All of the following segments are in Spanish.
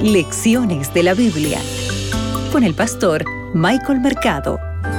Lecciones de la Biblia con el pastor Michael Mercado.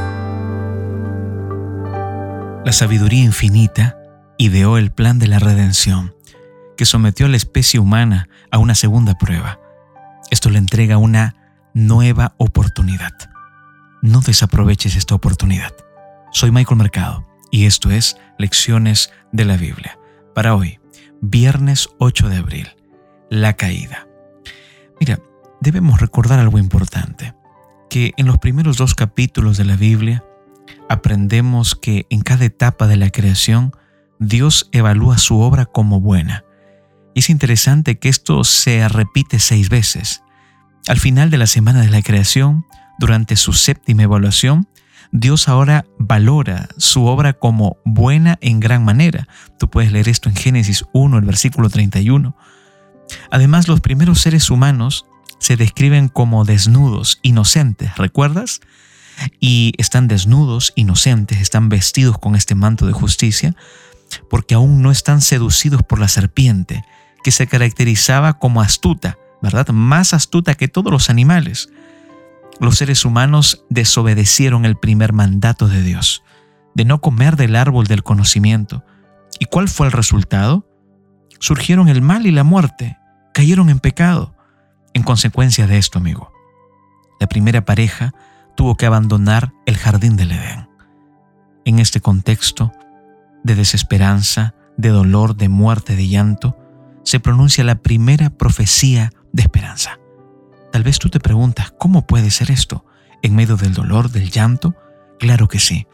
La sabiduría infinita ideó el plan de la redención, que sometió a la especie humana a una segunda prueba. Esto le entrega una nueva oportunidad. No desaproveches esta oportunidad. Soy Michael Mercado y esto es Lecciones de la Biblia. Para hoy, viernes 8 de abril, la caída. Mira, debemos recordar algo importante, que en los primeros 2 capítulos de la Biblia aprendemos que en cada etapa de la creación Dios evalúa su obra como buena. Y es interesante que esto se repite 6 veces. Al final de la semana de la creación, durante su 7ª evaluación, Dios ahora valora su obra como buena en gran manera. Tú puedes leer esto en Génesis 1, el versículo 31. Además, los primeros seres humanos se describen como desnudos, inocentes, ¿recuerdas? Y están desnudos, inocentes, están vestidos con este manto de justicia, porque aún no están seducidos por la serpiente, que se caracterizaba como astuta, ¿verdad? Más astuta que todos los animales. Los seres humanos desobedecieron el primer mandato de Dios, de no comer del árbol del conocimiento. ¿Y cuál fue el resultado? Surgieron el mal y la muerte, cayeron en pecado. En consecuencia de esto, amigo, la primera pareja tuvo que abandonar el jardín del Edén. En este contexto de desesperanza, de dolor, de muerte, de llanto, se pronuncia la primera profecía de esperanza. Tal vez tú te preguntas, ¿cómo puede ser esto? ¿En medio del dolor, del llanto? Claro que sí.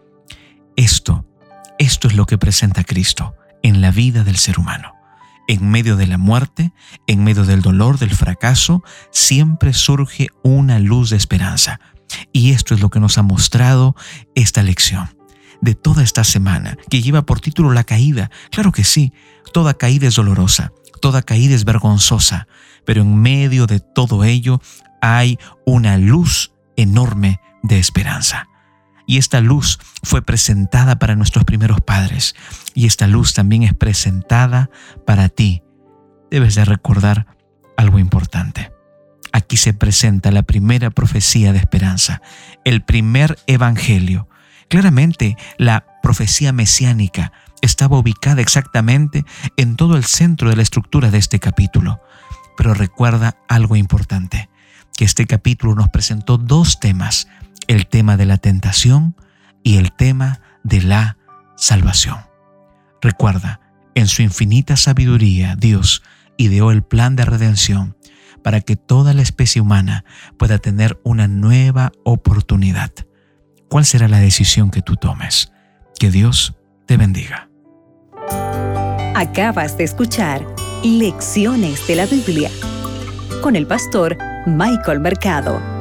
Esto es lo que presenta Cristo en la vida del ser humano. En medio de la muerte, en medio del dolor, del fracaso, siempre surge una luz de esperanza. Y esto es lo que nos ha mostrado esta lección de toda esta semana, que lleva por título La caída. Claro que sí, toda caída es dolorosa, toda caída es vergonzosa, pero en medio de todo ello hay una luz enorme de esperanza. Y esta luz fue presentada para nuestros primeros padres, y esta luz también es presentada para ti. Debes de recordar algo importante. Aquí se presenta la primera profecía de esperanza, el primer evangelio. Claramente, la profecía mesiánica estaba ubicada exactamente en todo el centro de la estructura de este capítulo. Pero recuerda algo importante, que este capítulo nos presentó 2 temas, el tema de la tentación y el tema de la salvación. Recuerda, en su infinita sabiduría, Dios ideó el plan de redención para que toda la especie humana pueda tener una nueva oportunidad. ¿Cuál será la decisión que tú tomes? Que Dios te bendiga. Acabas de escuchar Lecciones de la Biblia con el pastor Michael Mercado.